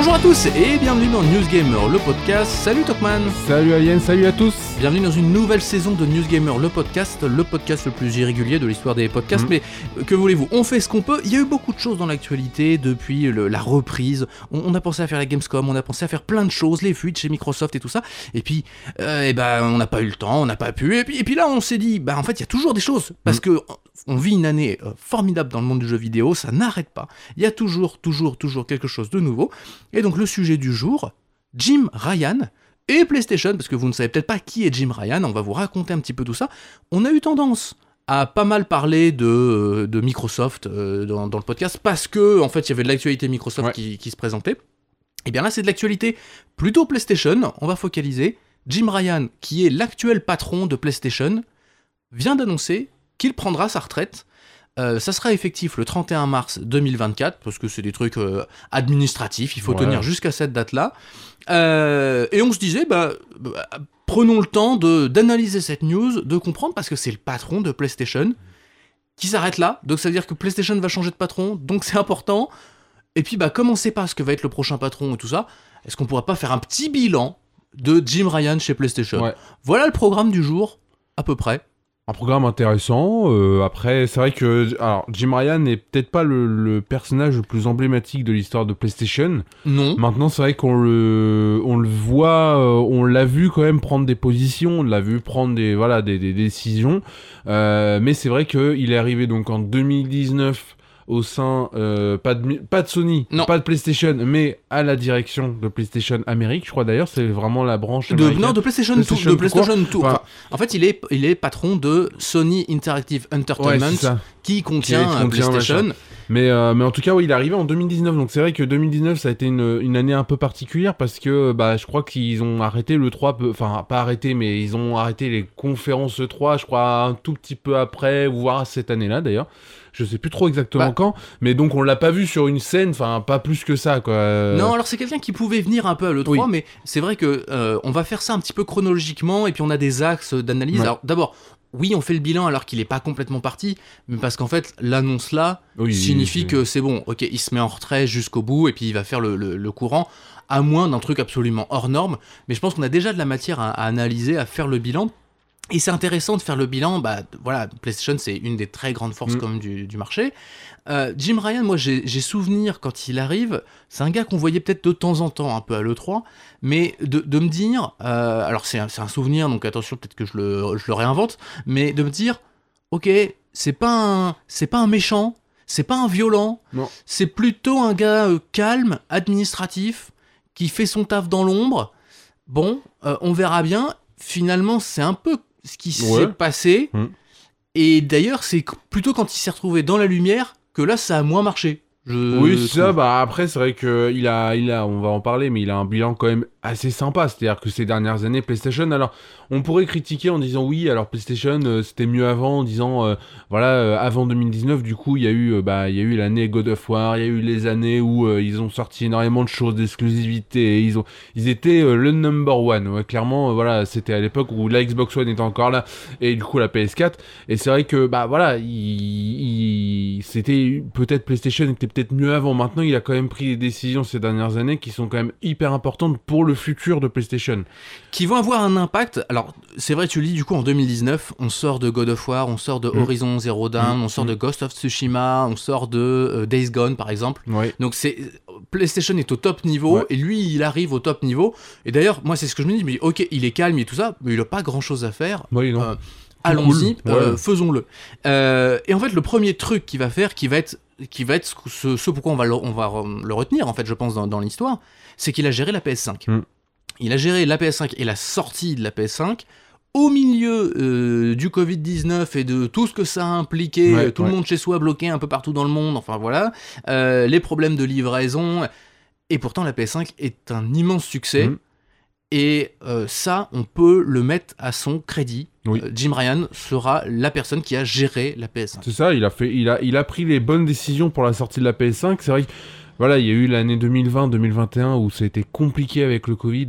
Bonjour à tous et bienvenue dans News Gamer, le podcast. Salut Tokman. Salut Alien, salut à tous. Bienvenue dans une nouvelle saison de News Gamer, le podcast le plus irrégulier de l'histoire des podcasts. Mais que voulez-vous, on fait ce qu'on peut. Il y a eu beaucoup de choses dans l'actualité depuis la reprise. On a pensé à faire la Gamescom, on a pensé à faire plein de choses, les fuites chez Microsoft et tout ça. Et puis, on n'a pas eu le temps, on n'a pas pu. Et puis là, on s'est dit, en fait, il y a toujours des choses. Parce que on vit une année formidable dans le monde du jeu vidéo, ça n'arrête pas. Il y a toujours quelque chose de nouveau. Et donc le sujet du jour, Jim Ryan et PlayStation, parce que vous ne savez peut-être pas qui est Jim Ryan, on va vous raconter un petit peu tout ça. On a eu tendance à pas mal parler de Microsoft dans le podcast, parce que en fait il y avait de l'actualité Microsoft qui se présentait. Et bien là c'est de l'actualité plutôt PlayStation, on va focaliser. Jim Ryan, qui est l'actuel patron de PlayStation, vient d'annoncer qu'il prendra sa retraite. Ça sera effectif le 31 mars 2024, parce que c'est des trucs administratifs, il faut tenir jusqu'à cette date-là. Et on se disait, prenons le temps d'analyser cette news, de comprendre, parce que c'est le patron de PlayStation qui s'arrête là, donc ça veut dire que PlayStation va changer de patron, donc c'est important. Et puis comme on sait pas ce que va être le prochain patron et tout ça, est-ce qu'on pourrait pas faire un petit bilan de Jim Ryan chez PlayStation ? Voilà le programme du jour, à peu près. Un programme intéressant. Après, c'est vrai que Jim Ryan n'est peut-être pas le personnage le plus emblématique de l'histoire de PlayStation. Non. Maintenant, c'est vrai qu'on le voit, on l'a vu quand même prendre des positions, on l'a vu prendre des décisions. Mais c'est vrai qu'il est arrivé donc en 2019 au sein, pas de Sony, pas de PlayStation, mais à la direction de PlayStation Amérique, je crois d'ailleurs, c'est vraiment la branche américaine. De PlayStation Tour. Enfin, en fait, il est patron de Sony Interactive Entertainment, qui contient PlayStation. Mais en tout cas, il est arrivé en 2019, donc c'est vrai que 2019, ça a été une année un peu particulière, parce que je crois qu'ils ont arrêté le 3, enfin pas arrêté, mais ils ont arrêté les conférences E3, je crois un tout petit peu après, voire cette année-là d'ailleurs. Je sais plus trop exactement quand, mais donc on l'a pas vu sur une scène, enfin pas plus que ça quoi. Non, alors c'est quelqu'un qui pouvait venir un peu à l'E3, mais c'est vrai que on va faire ça un petit peu chronologiquement, et puis on a des axes d'analyse. Alors d'abord, oui, on fait le bilan alors qu'il est pas complètement parti, mais parce qu'en fait l'annonce là signifie que c'est bon, ok, il se met en retrait jusqu'au bout, et puis il va faire le courant, à moins d'un truc absolument hors norme. Mais je pense qu'on a déjà de la matière à analyser, à faire le bilan. Et c'est intéressant de faire le bilan, PlayStation c'est une des très grandes forces comme du marché. Jim Ryan, moi j'ai souvenir quand il arrive, c'est un gars qu'on voyait peut-être de temps en temps un peu à l'E3, mais de me dire, alors c'est un souvenir, donc attention peut-être que je le réinvente, mais de me dire, ok, c'est pas un méchant, c'est pas un violent, c'est plutôt un gars calme, administratif, qui fait son taf dans l'ombre. Bon, on verra bien. Finalement, c'est un peu ce qui s'est passé. Et d'ailleurs, c'est plutôt quand il s'est retrouvé dans la lumière que là, ça a moins marché. Oui, c'est ça. Après, c'est vrai que il a, on va en parler, mais il a un bilan quand même assez sympa. C'est-à-dire que ces dernières années, PlayStation, alors, on pourrait critiquer en disant oui, alors PlayStation, c'était mieux avant, en disant, avant 2019, du coup, il y a eu l'année God of War, il y a eu les années où ils ont sorti énormément de choses, d'exclusivité, ils étaient le number one. Ouais, clairement, c'était à l'époque où la Xbox One était encore là, et du coup, la PS4. Et c'est vrai que, c'était, peut-être PlayStation était peut-être mieux avant. Maintenant, il a quand même pris des décisions ces dernières années qui sont quand même hyper importantes pour le futur de PlayStation. Qui vont avoir un impact. Alors, c'est vrai, tu le dis, du coup, en 2019, on sort de God of War, on sort de Horizon Zero Dawn, on sort de Ghost of Tsushima, on sort de Days Gone, par exemple. Donc, PlayStation est au top niveau, et lui, il arrive au top niveau. Et d'ailleurs, moi, c'est ce que je me dis, ok, il est calme et tout ça, mais il a pas grand-chose à faire. Allons-y, faisons-le. Et en fait, le premier truc qu'il va faire, qui va être ce pourquoi on va le retenir, en fait, je pense, dans l'histoire, c'est qu'il a géré la PS5. Il a géré la PS5 et la sortie de la PS5 au milieu du Covid-19 et de tout ce que ça a impliqué, tout le monde chez soi bloqué un peu partout dans le monde, enfin voilà, les problèmes de livraison. Et pourtant, la PS5 est un immense succès. Et ça, on peut le mettre à son crédit. Jim Ryan sera la personne qui a géré la PS5. C'est ça, il a pris les bonnes décisions pour la sortie de la PS5. C'est vrai que il y a eu l'année 2020-2021 où ça a été compliqué avec le Covid.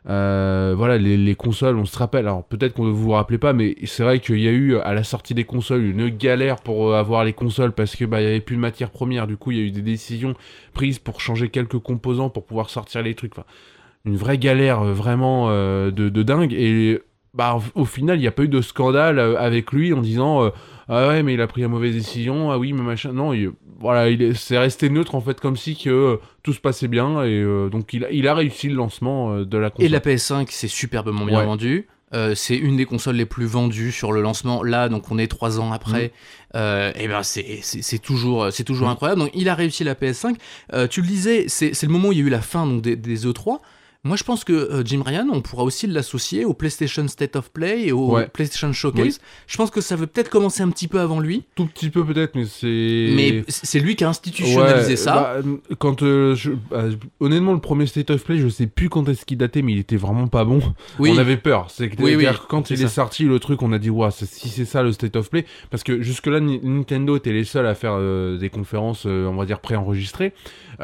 Voilà, les consoles, on se rappelle, alors peut-être qu'on ne vous rappelez pas, mais c'est vrai qu'il y a eu à la sortie des consoles une galère pour avoir les consoles parce que il y avait plus de matière première. Du coup, il y a eu des décisions prises pour changer quelques composants pour pouvoir sortir les trucs. Enfin, une vraie galère vraiment de dingue. Et au final, il n'y a pas eu de scandale avec lui en disant ah ouais, mais il a pris la mauvaise décision, ah oui, mais machin. Non, voilà, c'est resté neutre en fait, comme si que tout se passait bien. Et donc, il a réussi le lancement de la console. Et la PS5 c'est superbement bien vendu. C'est une des consoles les plus vendues sur le lancement. Là, donc on est 3 ans après. Et ben c'est toujours incroyable. Donc il a réussi la PS5. Tu le disais, c'est le moment où il y a eu la fin donc, des E3. Moi, je pense que Jim Ryan, on pourra aussi l'associer au PlayStation State of Play et au PlayStation Showcase. Oui. Je pense que ça veut peut-être commencer un petit peu avant lui. Tout petit peu peut-être, mais c'est... Mais c'est lui qui a institutionnalisé ça. Quand honnêtement, le premier State of Play, je sais plus quand est-ce qu'il datait, mais il était vraiment pas bon. Oui. On avait peur. Quand il est ça. sorti, le truc, on a dit, si c'est ça le State of Play, parce que jusque-là, Nintendo était les seuls à faire des conférences, on va dire, préenregistrées.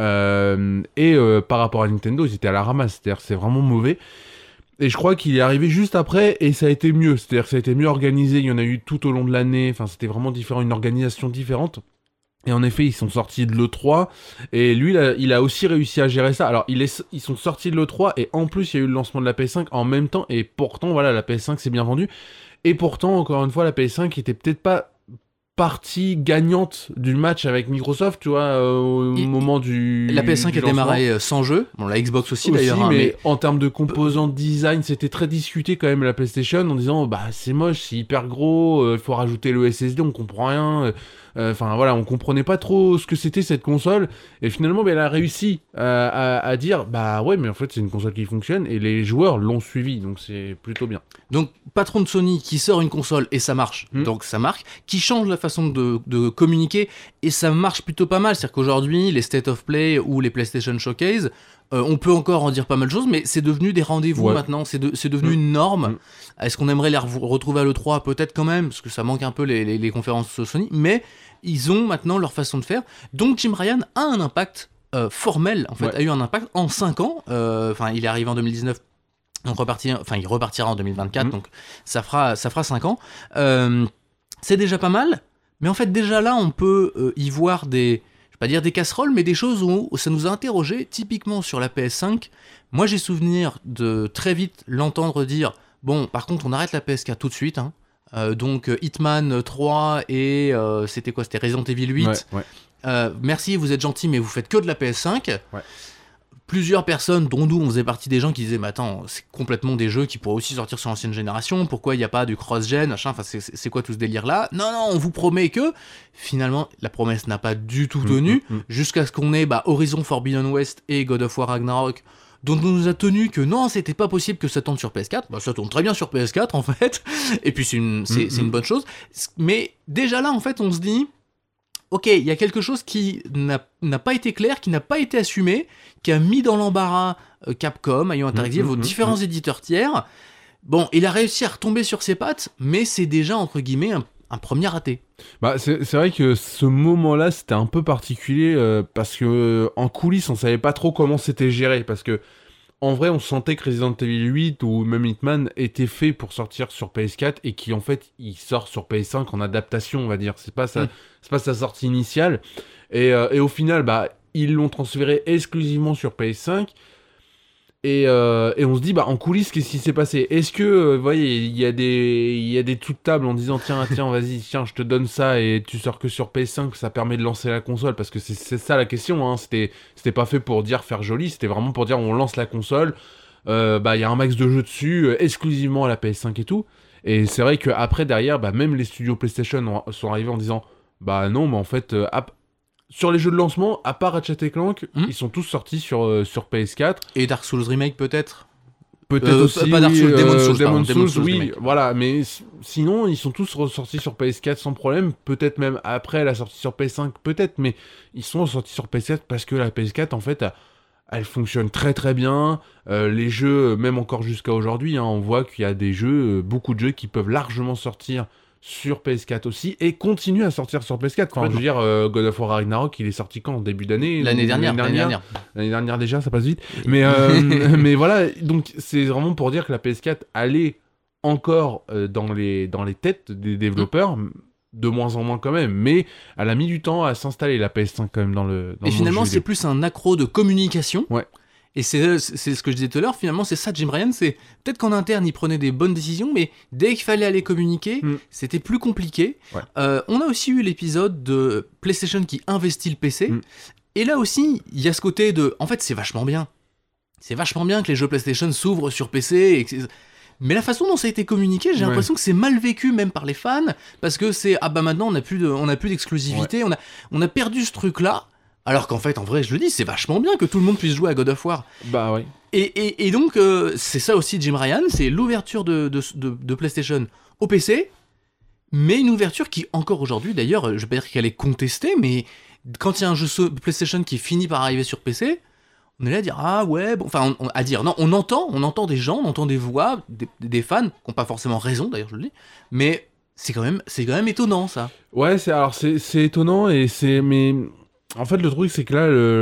Par rapport à Nintendo, ils étaient à la ramasse. C'est-à-dire que c'est vraiment mauvais. Et je crois qu'il est arrivé juste après et ça a été mieux. C'est-à-dire que ça a été mieux organisé. Il y en a eu tout au long de l'année. Enfin, c'était vraiment différent, une organisation différente. Et en effet, ils sont sortis de l'E3. Et lui, il a aussi réussi à gérer ça. Alors, ils sont sortis de l'E3 et en plus, il y a eu le lancement de la PS5 en même temps. Et pourtant, voilà, la PS5 s'est bien vendue. Et pourtant, encore une fois, la PS5 était peut-être pas partie gagnante du match avec Microsoft, tu vois, au moment du... La PS5 a démarré sans jeu, bon la Xbox aussi d'ailleurs. Hein, mais en termes de composants de design, c'était très discuté quand même la PlayStation, en disant, c'est moche, c'est hyper gros, il faut rajouter le SSD, on comprend rien... Enfin voilà, on comprenait pas trop ce que c'était cette console, et finalement elle a réussi à dire ouais, mais en fait c'est une console qui fonctionne, et les joueurs l'ont suivi, donc c'est plutôt bien. Donc patron de Sony qui sort une console et ça marche, donc ça marque, qui change la façon de communiquer et ça marche plutôt pas mal, c'est-à-dire qu'aujourd'hui les State of Play ou les PlayStation Showcase, on peut encore en dire pas mal de choses, mais c'est devenu des rendez-vous maintenant, c'est devenu une norme. Est-ce qu'on aimerait les retrouver à l'E3 ? Peut-être quand même, parce que ça manque un peu les conférences Sony, mais ils ont maintenant leur façon de faire. Donc Jim Ryan a un impact formel, en fait, a eu un impact en 5 ans. Il est arrivé en 2019, donc il repartira en 2024, donc ça fera 5 ans. C'est déjà pas mal, mais en fait déjà là on peut y voir des... pas dire des casseroles, mais des choses où ça nous a interrogé, typiquement sur la PS5. Moi, j'ai souvenir de très vite l'entendre dire « Bon, par contre, on arrête la PS4 tout de suite. Hein. » Donc, Hitman 3 et c'était quoi ? C'était Resident Evil 8. Merci, vous êtes gentils, mais vous faites que de la PS5. Ouais. Plusieurs personnes, dont nous, on faisait partie des gens qui disaient « Mais attends, c'est complètement des jeux qui pourraient aussi sortir sur l'ancienne génération. Pourquoi il n'y a pas du cross-gen, machin, enfin, c'est quoi tout ce délire-là ?» Non, on vous promet que... Finalement, la promesse n'a pas du tout tenu, jusqu'à ce qu'on ait Horizon Forbidden West et God of War Ragnarok, dont on nous a tenu que non, c'était pas possible que ça tourne sur PS4. Ça tourne très bien sur PS4, en fait. Et puis, c'est une bonne chose. Mais déjà là, en fait, on se dit... Ok, il y a quelque chose qui n'a pas été clair, qui n'a pas été assumé, qui a mis dans l'embarras Capcom, IO Interactive, vos différents éditeurs tiers. Bon, il a réussi à retomber sur ses pattes, mais c'est déjà, entre guillemets, un premier raté. C'est vrai que ce moment-là, c'était un peu particulier, parce que en coulisses, on savait pas trop comment c'était géré, parce que en vrai, on sentait que Resident Evil 8 ou même Hitman était fait pour sortir sur PS4 et qui en fait, il sort sur PS5 en adaptation, on va dire. C'est pas sa sortie initiale. Et au final, ils l'ont transféré exclusivement sur PS5. Et on se dit, en coulisses, qu'est-ce qui s'est passé ? Est-ce que, vous voyez, il y a des toutes tables en disant, tiens, vas-y, je te donne ça et tu sors que sur PS5, ça permet de lancer la console, parce que c'est ça la question, hein. C'était pas fait pour dire faire joli, c'était vraiment pour dire, on lance la console, il y a un max de jeux dessus, exclusivement à la PS5 et tout. Et c'est vrai qu'après, derrière, même les studios PlayStation sont arrivés en disant, non, mais en fait, sur les jeux de lancement, à part Ratchet & Clank, ils sont tous sortis sur PS4. Et Dark Souls Remake peut-être aussi. Pas Dark Souls, Demon Souls, oui, Remake. voilà. Mais sinon, ils sont tous ressortis sur PS4 sans problème. Peut-être même après la sortie sur PS5, peut-être. Mais ils sont ressortis sur PS4 parce que la PS4, en fait, elle fonctionne très très bien. Les jeux, même encore jusqu'à aujourd'hui, on voit qu'il y a des jeux, beaucoup de jeux qui peuvent largement sortir sur PS4 aussi et continue à sortir sur PS4. Enfin, je veux dire, God of War Ragnarok, il est sorti quand? Début d'année? L'année dernière. L'année dernière déjà, ça passe vite. Mais, mais voilà, donc c'est vraiment pour dire que la PS4 allait encore dans les têtes des développeurs, de moins en moins quand même, mais elle a mis du temps à s'installer, la PS5 quand même dans le Et finalement, c'est plus un accro de communication. Ouais. Et c'est ce que je disais tout à l'heure, finalement, c'est ça Jim Ryan, c'est peut-être qu'en interne, il prenait des bonnes décisions, mais dès qu'il fallait aller communiquer, c'était plus compliqué. Ouais. On a aussi eu l'épisode de PlayStation qui investit le PC, et là aussi, il y a ce côté de... En fait, c'est vachement bien. C'est vachement bien que les jeux PlayStation s'ouvrent sur PC, mais la façon dont ça a été communiqué, j'ai l'impression que c'est mal vécu même par les fans, parce que c'est, ah bah maintenant on n'a plus d'exclusivité, on a perdu ce truc-là. Alors qu'en fait, en vrai, je le dis, c'est vachement bien que tout le monde puisse jouer à God of War. Bah oui. Et donc, c'est ça aussi Jim Ryan, c'est l'ouverture de PlayStation au PC, mais une ouverture qui, encore aujourd'hui, d'ailleurs, je vais pas dire qu'elle est contestée, mais quand il y a un jeu PlayStation qui finit par arriver sur PC, on est là à dire, ah ouais, bon, enfin, non, on entend des gens, on entend des voix, des fans, qui n'ont pas forcément raison, d'ailleurs, je le dis, mais c'est quand même étonnant, ça. Ouais, c'est étonnant, mais... En fait, le truc, c'est que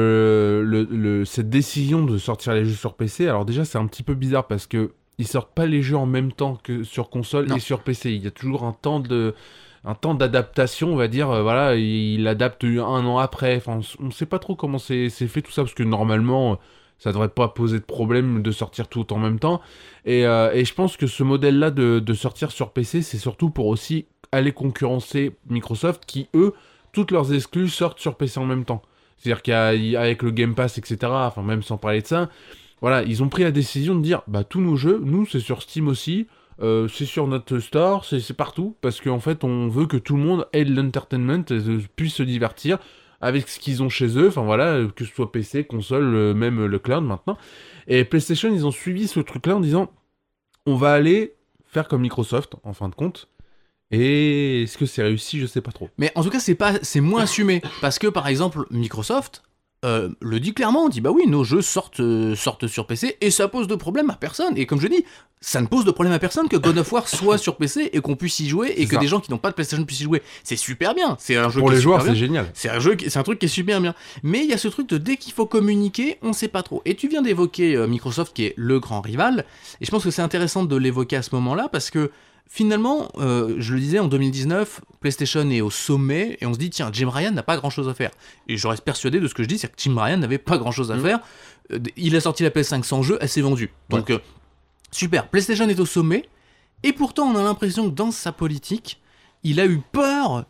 là, cette décision de sortir les jeux sur PC, alors déjà, c'est un petit peu bizarre parce que ils sortent pas les jeux en même temps que sur console et sur PC. Il y a toujours un temps d'adaptation, on va dire. Voilà, il adapte 1 an après. Enfin, on sait pas trop comment c'est fait tout ça parce que normalement, ça devrait pas poser de problème de sortir tout en même temps. Et je pense que ce modèle-là de sortir sur PC, c'est surtout pour aussi aller concurrencer Microsoft qui, eux, toutes leurs exclus sortent sur PC en même temps. C'est-à-dire qu'avec le Game Pass, etc., enfin même sans parler de ça, voilà, ils ont pris la décision de dire, bah tous nos jeux, nous c'est sur Steam aussi, c'est sur notre store, c'est partout, parce qu'en fait on veut que tout le monde ait de l'entertainment, puisse se divertir avec ce qu'ils ont chez eux, enfin voilà, que ce soit PC, console, même le cloud maintenant. Et PlayStation, ils ont suivi ce truc-là en disant, on va aller faire comme Microsoft, en fin de compte. Et est-ce que c'est réussi? Je sais pas trop. Mais en tout cas, c'est moins assumé. Parce que, par exemple, Microsoft le dit clairement. On dit, bah oui, nos jeux sortent sur PC et ça pose de problème à personne. Et comme je dis, ça ne pose de problème à personne que God of War soit sur PC et qu'on puisse y jouer et que des gens qui n'ont pas de PlayStation puissent y jouer. C'est super bien. C'est un jeu pour les joueurs, c'est génial. C'est un truc qui est super bien. Mais il y a ce truc de dès qu'il faut communiquer, on sait pas trop. Et tu viens d'évoquer Microsoft qui est le grand rival. Et je pense que c'est intéressant de l'évoquer à ce moment-là parce que finalement, je le disais, en 2019, PlayStation est au sommet et on se dit, tiens, Jim Ryan n'a pas grand-chose à faire. Et je reste persuadé de ce que je dis, c'est que Jim Ryan n'avait pas grand-chose à faire. Il a sorti la PS5 sans jeu, elle s'est vendue. Donc, super, PlayStation est au sommet. Et pourtant, on a l'impression que dans sa politique, il a eu peur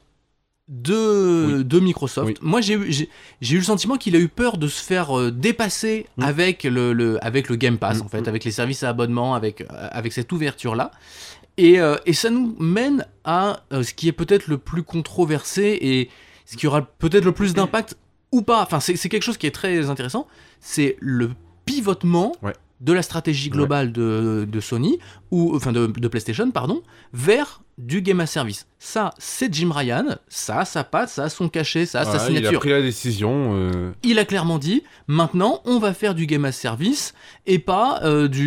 de Microsoft. Oui. Moi, j'ai eu le sentiment qu'il a eu peur de se faire dépasser avec le Game Pass, en fait, avec les services à abonnement, avec cette ouverture-là. Et ça nous mène à ce qui est peut-être le plus controversé et ce qui aura peut-être le plus d'impact ou pas. Enfin, c'est quelque chose qui est très intéressant. C'est le pivotement de la stratégie globale de Sony, enfin de PlayStation, pardon, vers du Game as Service. Ça, c'est Jim Ryan, ça a sa patte, ça a son cachet, ça a sa signature. Il a pris la décision. Il a clairement dit, maintenant, on va faire du Game as Service et pas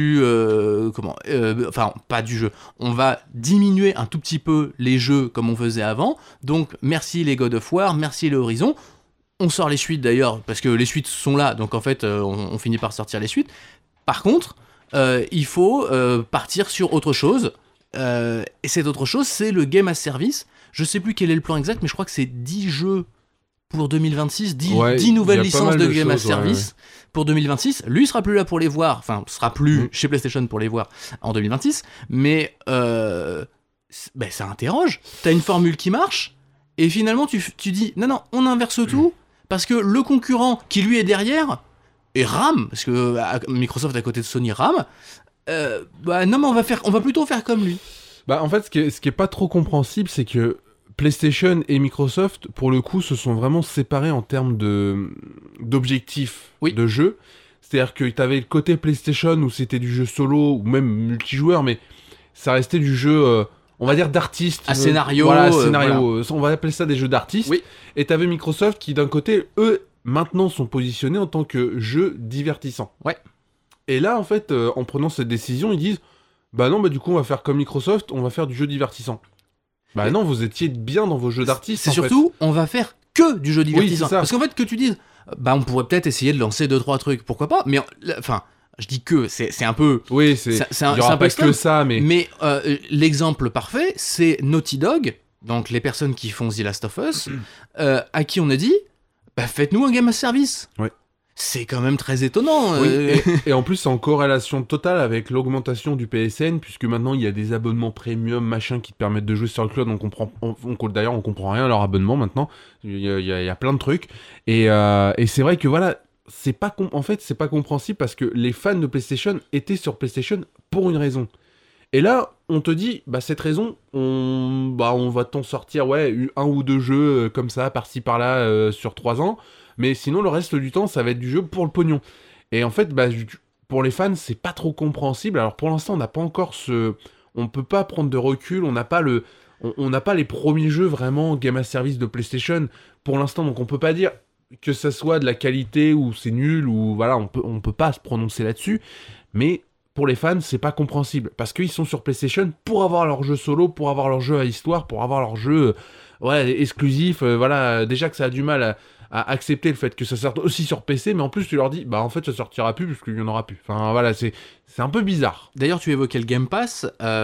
pas du jeu. On va diminuer un tout petit peu les jeux comme on faisait avant. Donc, merci les God of War, merci les Horizon. On sort les suites d'ailleurs, parce que les suites sont là, donc en fait, on finit par sortir les suites. Par contre, il faut partir sur autre chose. Et cette autre chose, c'est le Game as Service. Je sais plus quel est le plan exact, mais je crois que c'est 10 jeux pour 2026, 10 nouvelles licences de Game as Service pour 2026. Lui, il sera plus là pour les voir, enfin, sera plus chez PlayStation pour les voir en 2026, mais ça interroge. T'as une formule qui marche, et finalement, tu dis, non, on inverse tout, parce que le concurrent qui lui est derrière, et rame, parce que Microsoft à côté de Sony rame, non mais on va plutôt faire comme lui. Bah en fait ce qui est pas trop compréhensible, c'est que PlayStation et Microsoft pour le coup se sont vraiment séparés en termes d'objectifs de jeu. C'est-à-dire que t'avais le côté PlayStation où c'était du jeu solo ou même multijoueur, mais ça restait du jeu on va dire d'artistes. À scénario. Voilà, scénario. On va appeler ça des jeux d'artistes. Oui. Et t'avais Microsoft qui d'un côté, eux, maintenant sont positionnés en tant que jeu divertissant. Ouais. Et là, en fait, en prenant cette décision, ils disent, bah non, bah du coup, on va faire comme Microsoft, on va faire du jeu divertissant. Bah non, vous étiez bien dans vos jeux d'artistes. C'est surtout, on va faire que du jeu divertissant. Oui, c'est ça. Parce qu'en fait, que tu dises, bah on pourrait peut-être essayer de lancer 2-3 trucs, pourquoi pas, mais enfin, je dis que, c'est un peu... Oui, c'est il un y aura peu pas extrême, que ça, mais... Mais l'exemple parfait, c'est Naughty Dog, donc les personnes qui font The Last of Us, à qui on a dit, bah faites-nous un game as service. Ouais. C'est quand même très étonnant. Oui, et en plus, c'est en corrélation totale avec l'augmentation du PSN, puisque maintenant, il y a des abonnements premium, machin, qui te permettent de jouer sur le cloud. D'ailleurs, on comprend rien à leur abonnement, maintenant. Il y a plein de trucs. Et c'est vrai que, voilà, en fait, c'est pas compréhensible, parce que les fans de PlayStation étaient sur PlayStation pour une raison. Et là, on te dit, bah cette raison, on va t'en sortir, un ou deux jeux comme ça, par-ci par-là, sur 3 ans. Mais sinon, le reste du temps, ça va être du jeu pour le pognon. Et en fait, bah, pour les fans, c'est pas trop compréhensible. Alors pour l'instant, on n'a pas encore on peut pas prendre de recul, on n'a pas les premiers jeux vraiment game as service de PlayStation pour l'instant, donc on peut pas dire que ça soit de la qualité ou c'est nul, ou voilà, on peut pas se prononcer là-dessus. Mais pour les fans, c'est pas compréhensible. Parce qu'ils sont sur PlayStation pour avoir leur jeu solo, pour avoir leur jeu à histoire, pour avoir leur jeu exclusif. Voilà, déjà que ça a du mal à accepter le fait que ça sorte aussi sur PC, mais en plus tu leur dis, bah en fait ça sortira plus parce qu'il y en aura plus. Enfin voilà, c'est un peu bizarre. D'ailleurs, tu évoquais le Game Pass.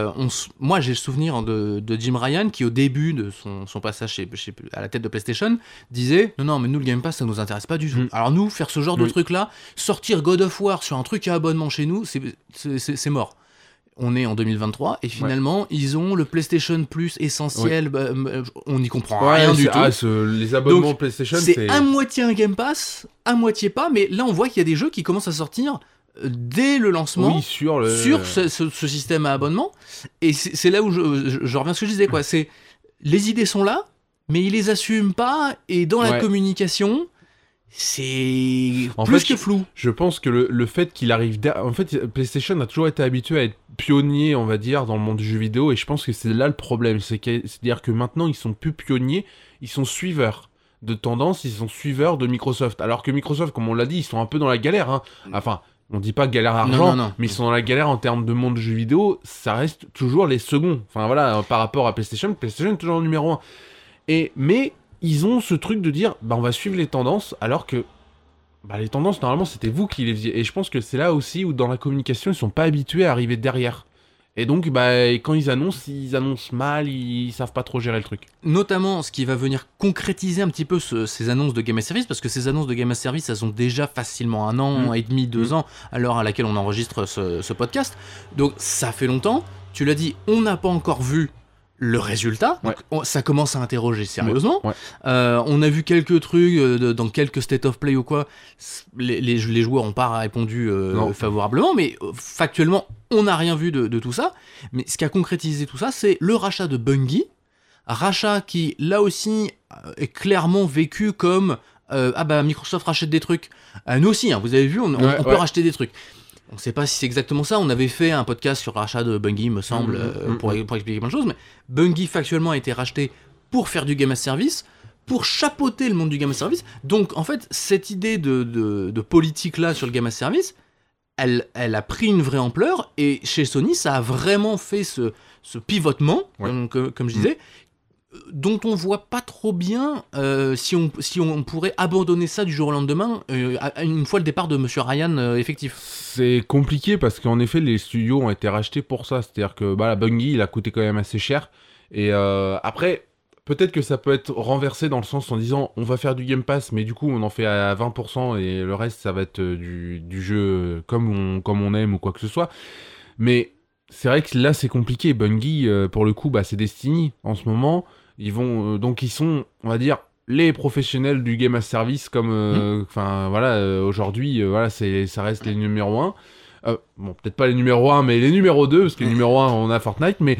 Moi, j'ai le souvenir de Jim Ryan qui, au début de son passage à la tête de PlayStation, disait non, mais nous, le Game Pass, ça nous intéresse pas du tout. Alors nous, faire ce genre de truc-là, sortir God of War sur un truc à abonnement chez nous, c'est mort. On est en 2023 et finalement ils ont le PlayStation Plus essentiel. On n'y comprend rien du tout. Les abonnements donc, PlayStation, c'est à moitié un Game Pass, à moitié pas. Mais là, on voit qu'il y a des jeux qui commencent à sortir dès le lancement sur ce système à abonnement. Et c'est là où je reviens à ce que je disais, quoi. C'est les idées sont là, mais ils les assument pas. Et dans la communication, c'est plus que flou. Je pense que le fait qu'il arrive... En fait, PlayStation a toujours été habitué à être pionnier, on va dire, dans le monde du jeu vidéo, et je pense que c'est là le problème. C'est-à-dire que maintenant, ils sont plus pionniers, ils sont suiveurs de tendance, ils sont suiveurs de Microsoft. Alors que Microsoft, comme on l'a dit, ils sont un peu dans la galère. Hein. Enfin, on dit pas galère argent, non. Mais ils sont dans la galère en termes de monde du jeu vidéo, ça reste toujours les seconds. Enfin voilà, par rapport à PlayStation est toujours le numéro 1. Mais... ils ont ce truc de dire, bah on va suivre les tendances, alors que bah, les tendances, normalement, c'était vous qui les faisiez. Et je pense que c'est là aussi où, dans la communication, ils sont pas habitués à arriver derrière. Et donc, bah, quand ils annoncent mal, ils savent pas trop gérer le truc. Notamment, ce qui va venir concrétiser un petit peu ces annonces de Game as Service, parce que ces annonces de Game as Service, elles ont déjà facilement 1 an et demi, 2 ans, à l'heure à laquelle on enregistre ce podcast. Donc, ça fait longtemps. Tu l'as dit, on n'a pas encore vu le résultat, donc ça commence à interroger sérieusement. On a vu quelques trucs dans quelques state of play ou quoi, les joueurs n'ont pas répondu favorablement, mais factuellement on n'a rien vu de tout ça. Mais ce qui a concrétisé tout ça, c'est le rachat de Bungie, rachat qui là aussi est clairement vécu comme Microsoft rachète des trucs. Nous aussi, hein, vous avez vu, on peut racheter des trucs. On ne sait pas si c'est exactement ça. On avait fait un podcast sur le rachat de Bungie, me semble, pour expliquer plein de choses. Mais Bungie, factuellement, a été racheté pour faire du game as service, pour chapeauter le monde du game as service. Donc, en fait, cette idée de politique-là sur le game as service, elle a pris une vraie ampleur. Et chez Sony, ça a vraiment fait ce pivotement, comme je disais, dont on voit pas trop bien si on pourrait abandonner ça du jour au lendemain une fois le départ de Monsieur Ryan effectif. C'est compliqué parce qu'en effet les studios ont été rachetés pour ça, c'est-à-dire que la Bungie il a coûté quand même assez cher et après peut-être que ça peut être renversé dans le sens en disant on va faire du Game Pass mais du coup on en fait à 20% et le reste ça va être du jeu comme on aime ou quoi que ce soit, mais c'est vrai que là c'est compliqué. Bungie pour le coup c'est Destiny en ce moment. Ils vont ils sont, on va dire, les professionnels du game as service comme aujourd'hui ça reste les numéros 1. Peut-être pas les numéros 1 mais les numéros 2 parce que les numéros 1 on a Fortnite mais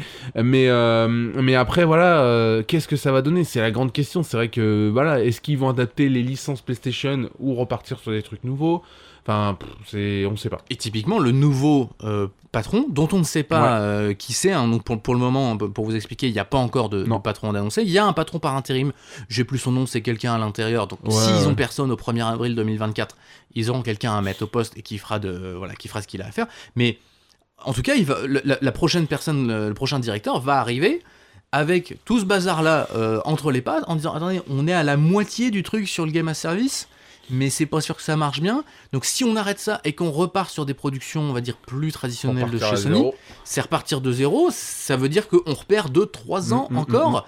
après qu'est-ce que ça va donner, c'est la grande question. C'est vrai que est-ce qu'ils vont adapter les licences PlayStation ou repartir sur des trucs nouveaux? Enfin, on sait pas. Et typiquement, le nouveau patron, dont on ne sait pas qui c'est, hein, donc pour le moment, pour vous expliquer, il n'y a pas encore de patron d'annoncer. Il y a un patron par intérim, j'ai plus son nom, c'est quelqu'un à l'intérieur. Donc s'ils ont personne au 1er avril 2024, ils auront quelqu'un à mettre au poste et qui fera ce qu'il a à faire. Mais en tout cas, la prochaine personne, le prochain directeur va arriver avec tout ce bazar-là entre les pattes, en disant attendez, on est à la moitié du truc sur le game as service, mais c'est pas sûr que ça marche bien. Donc si on arrête ça et qu'on repart sur des productions, on va dire, plus traditionnelles de chez Sony, c'est repartir de zéro, ça veut dire qu'on repère 2-3 ans encore.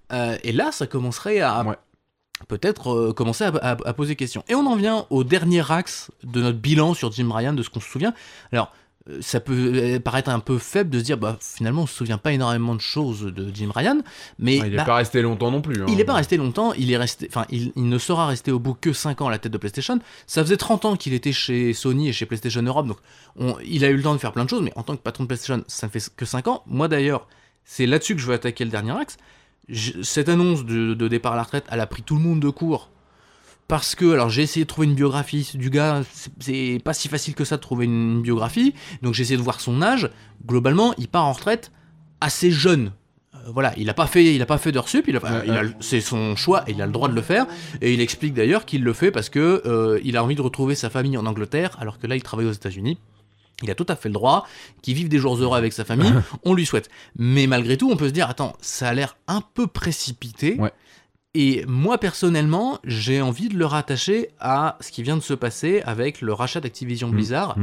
Et là, ça commencerait à peut-être commencer à poser question. Et on en vient au dernier axe de notre bilan sur Jim Ryan, de ce qu'on se souvient. Alors, ça peut paraître un peu faible de se dire finalement on se souvient pas énormément de choses de Jim Ryan, mais il est pas resté longtemps non plus. Il est pas resté longtemps, il ne sera resté au bout que 5 ans à la tête de PlayStation. Ça faisait 30 ans qu'il était chez Sony et chez PlayStation Europe, donc il a eu le temps de faire plein de choses, mais en tant que patron de PlayStation, ça ne fait que 5 ans. Moi d'ailleurs, c'est là-dessus que je veux attaquer le dernier axe. Cette annonce de départ à la retraite, elle a pris tout le monde de court. Parce que, alors j'ai essayé de trouver une biographie du gars, c'est pas si facile que ça de trouver une biographie, donc j'ai essayé de voir son âge. Globalement, il part en retraite assez jeune. Voilà, il a pas fait d'heures sup, c'est son choix et il a le droit de le faire. Et il explique d'ailleurs qu'il le fait parce que il a envie de retrouver sa famille en Angleterre, alors que là il travaille aux États-Unis. Il a tout à fait le droit, qu'il vive des jours heureux avec sa famille, on lui souhaite. Mais malgré tout, on peut se dire, attends, ça a l'air un peu précipité. Ouais. Et moi, personnellement, j'ai envie de le rattacher à ce qui vient de se passer avec le rachat d'Activision Blizzard,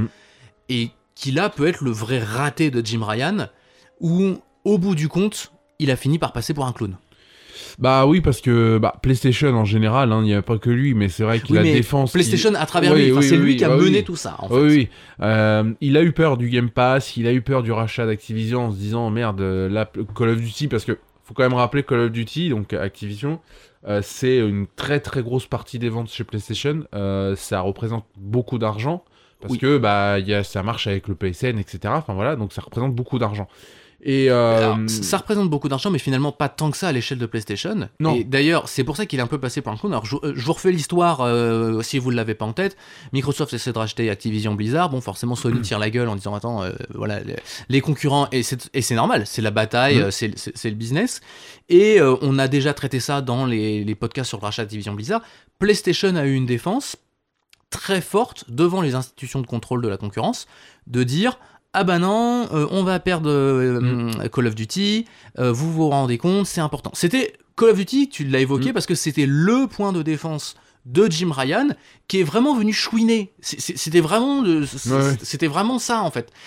et qui là peut être le vrai raté de Jim Ryan, où, au bout du compte, il a fini par passer pour un clown. Bah oui, parce que PlayStation en général, il n'y a pas que lui, mais c'est vrai que la défense... PlayStation à travers lui, c'est lui qui a mené tout ça, en fait. Oui. Il a eu peur du Game Pass, il a eu peur du rachat d'Activision en se disant, merde, là, Call of Duty, parce que faut quand même rappeler Call of Duty, donc Activision, c'est une très très grosse partie des ventes chez PlayStation, ça représente beaucoup d'argent, parce que ça marche avec le PSN, etc. Enfin voilà, donc ça représente beaucoup d'argent. Et alors, ça représente beaucoup d'argent, mais finalement pas tant que ça à l'échelle de PlayStation. Non. Et d'ailleurs, c'est pour ça qu'il est un peu passé par un clown. Alors, je vous refais l'histoire, si vous ne l'avez pas en tête. Microsoft essaie de racheter Activision Blizzard. Bon, forcément, Sony tire la gueule en disant attends, voilà, les concurrents, et c'est normal, c'est la bataille, c'est le business. Et on a déjà traité ça dans les podcasts sur le rachat d'Activision Blizzard. PlayStation a eu une défense très forte devant les institutions de contrôle de la concurrence, de dire ah bah non, on va perdre Call of Duty, vous vous rendez compte, c'est important. C'était Call of Duty, tu l'as évoqué, parce que c'était le point de défense de Jim Ryan, qui est vraiment venu chouiner. C'était vraiment, c'était vraiment ça, en fait.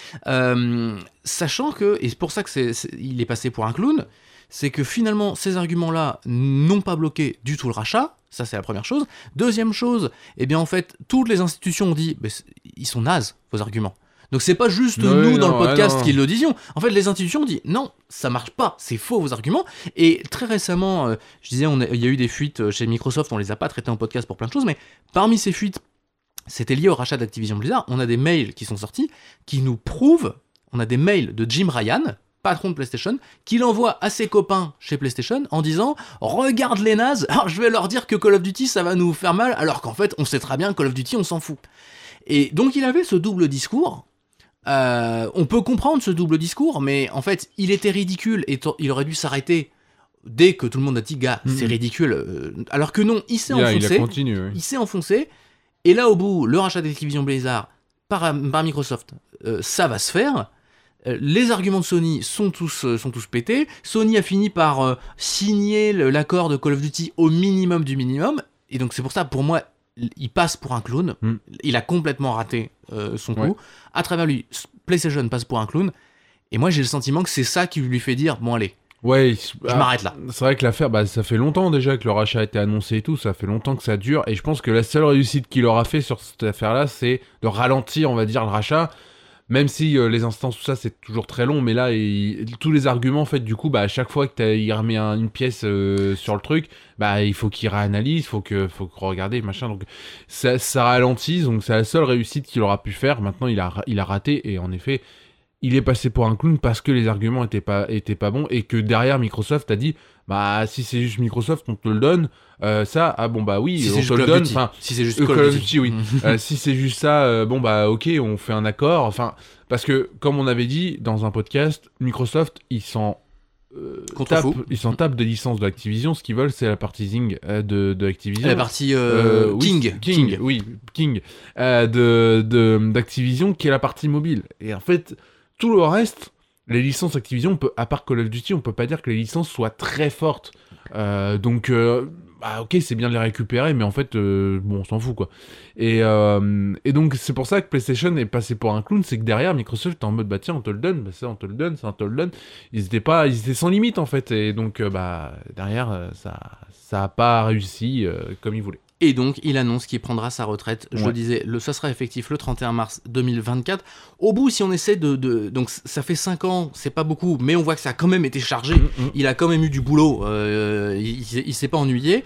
Sachant que, et c'est pour ça il est passé pour un clown, c'est que finalement, ces arguments-là n'ont pas bloqué du tout le rachat. Ça, c'est la première chose. Deuxième chose, eh bien, en fait, toutes les institutions ont dit, ils sont nazes, vos arguments. Donc c'est pas juste nous dans le podcast qui le disions. En fait, les institutions ont dit non, ça marche pas, c'est faux vos arguments. Et très récemment, je disais, il y a eu des fuites chez Microsoft, on les a pas traitées en podcast pour plein de choses, mais parmi ces fuites, c'était lié au rachat d'Activision Blizzard. On a des mails qui sont sortis qui nous prouvent, on a des mails de Jim Ryan, patron de PlayStation, qu'il envoie à ses copains chez PlayStation en disant « Regarde les nazes, alors je vais leur dire que Call of Duty ça va nous faire mal, alors qu'en fait on sait très bien que Call of Duty on s'en fout. » Et donc il avait ce double discours. On peut comprendre ce double discours, mais en fait, il était ridicule et il aurait dû s'arrêter dès que tout le monde a dit gars, c'est ridicule. Alors que non, il s'est enfoncé. Il s'est enfoncé. Et là, au bout, le rachat d'Activision Blizzard par Microsoft, ça va se faire. Les arguments de Sony sont tous pétés. Sony a fini par signer l'accord de Call of Duty au minimum du minimum. Et donc, c'est pour ça, pour moi, il passe pour un clown. Il a complètement raté son coup. À travers lui, PlayStation passe pour un clown. Et moi, j'ai le sentiment que c'est ça qui lui fait dire bon, allez, je m'arrête là. C'est vrai que l'affaire, ça fait longtemps déjà que le rachat a été annoncé et tout. Ça fait longtemps que ça dure. Et je pense que la seule réussite qu'il aura fait sur cette affaire-là, c'est de ralentir, on va dire, le rachat. Même si les instances, tout ça, c'est toujours très long, mais là, tous les arguments, en fait, du coup, à chaque fois qu'il remet une pièce sur le truc, il faut qu'il réanalyse, faut que regarder, machin. Donc, ça ralentit, donc c'est la seule réussite qu'il aura pu faire. Maintenant, il a raté, et en effet, il est passé pour un clown parce que les arguments étaient pas bons, et que derrière, Microsoft a dit, si c'est juste Microsoft, on te le donne. Ça, oui, si on te le donne. Si c'est juste Call of Duty, oui. Si c'est juste ça, ok, on fait un accord. Enfin, parce que, comme on avait dit dans un podcast, Microsoft, ils s'en tapent des licences de Activision. Ce qu'ils veulent, c'est la partie Zing de Activision. La partie King. Oui, King. d'Activision, qui est la partie mobile. Et en fait, tout le reste, les licences Activision, à part Call of Duty, on peut pas dire que les licences soient très fortes. Donc, ok, c'est bien de les récupérer, mais en fait, bon, on s'en fout, quoi. Et donc, c'est pour ça que PlayStation est passé pour un clown, c'est que derrière, Microsoft est en mode, bah tiens, on te le donne, ça, on te le donne, ça, on te le donne. Ils étaient sans limite, en fait, et donc, derrière, ça a pas réussi comme ils voulaient. Et donc, il annonce qu'il prendra sa retraite. Je le disais, ça sera effectif le 31 mars 2024. Au bout, si on essaie donc, ça fait 5 ans, c'est pas beaucoup, mais on voit que ça a quand même été chargé. Il a quand même eu du boulot. Il s'est pas ennuyé.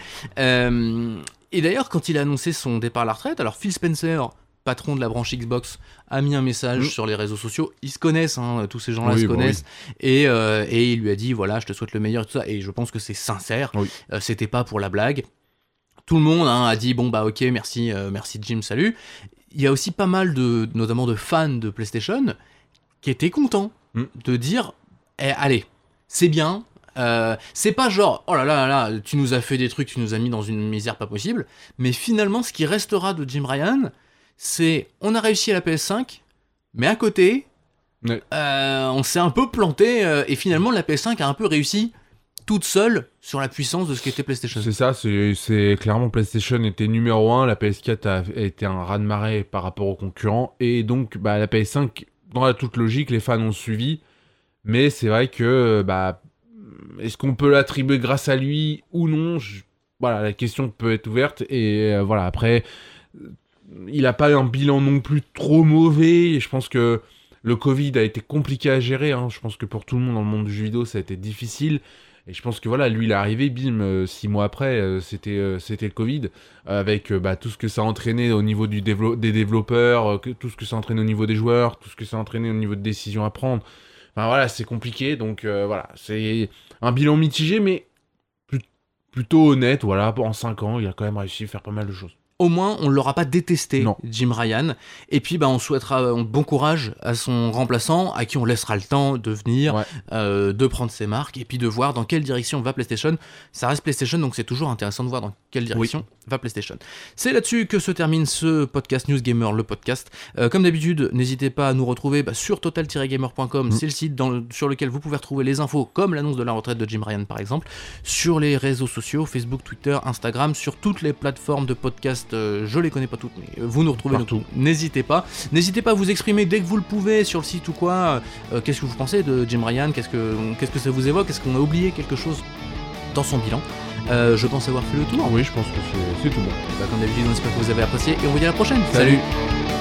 Et d'ailleurs, quand il a annoncé son départ à la retraite, alors Phil Spencer, patron de la branche Xbox, a mis un message sur les réseaux sociaux. Ils se connaissent, tous ces gens-là se connaissent. Et il lui a dit, voilà, je te souhaite le meilleur et tout ça. Et je pense que c'est sincère. C'était pas pour la blague. Tout le monde a dit bon bah ok, merci Jim, salut. Il y a aussi pas mal notamment de fans de PlayStation qui étaient contents de dire allez, c'est bien. C'est pas genre oh là là, tu nous as fait des trucs, tu nous as mis dans une misère pas possible. Mais finalement, ce qui restera de Jim Ryan, c'est on a réussi à la PS5, mais à côté, on s'est un peu planté et finalement la PS5 a un peu réussi toute seule sur la puissance de ce qu'était PlayStation. C'est ça, c'est clairement PlayStation était numéro 1, la PS4 a été un raz-de-marée par rapport aux concurrents, et donc la PS5, dans la toute logique, les fans ont suivi, mais c'est vrai que est-ce qu'on peut l'attribuer grâce à lui ou non, voilà, la question peut être ouverte, et voilà, après, il n'a pas un bilan non plus trop mauvais, et je pense que le Covid a été compliqué à gérer, je pense que pour tout le monde dans le monde du jeu vidéo, ça a été difficile. Et je pense que voilà, lui il est arrivé, bim, 6 mois après, c'était le Covid, avec tout ce que ça a entraîné au niveau des développeurs, tout ce que ça a entraîné au niveau des joueurs, tout ce que ça a entraîné au niveau de décisions à prendre. Enfin voilà, c'est compliqué, donc voilà, c'est un bilan mitigé, mais plutôt honnête, voilà, en 5 ans, il a quand même réussi à faire pas mal de choses. Au moins, on ne l'aura pas détesté, non. Jim Ryan. Et puis, on souhaitera bon courage à son remplaçant, à qui on laissera le temps de venir, de prendre ses marques, et puis de voir dans quelle direction va PlayStation. Ça reste PlayStation, donc c'est toujours intéressant de voir dans quelle direction va PlayStation. C'est là-dessus que se termine ce podcast News Gamer, le podcast. Comme d'habitude, n'hésitez pas à nous retrouver sur total-gamer.com. C'est le site sur lequel vous pouvez retrouver les infos, comme l'annonce de la retraite de Jim Ryan, par exemple, sur les réseaux sociaux, Facebook, Twitter, Instagram, sur toutes les plateformes de podcast. Je les connais pas toutes, mais vous nous retrouvez partout. N'hésitez pas à vous exprimer dès que vous le pouvez sur le site ou quoi. Qu'est-ce que vous pensez de Jim Ryan? Qu'est-ce que ça vous évoque? Est-ce qu'on a oublié quelque chose dans son bilan? Je pense avoir fait le tour. Oui, je pense que c'est tout bon. Comme d'habitude, on espère que vous avez apprécié et on vous dit à la prochaine. Salut.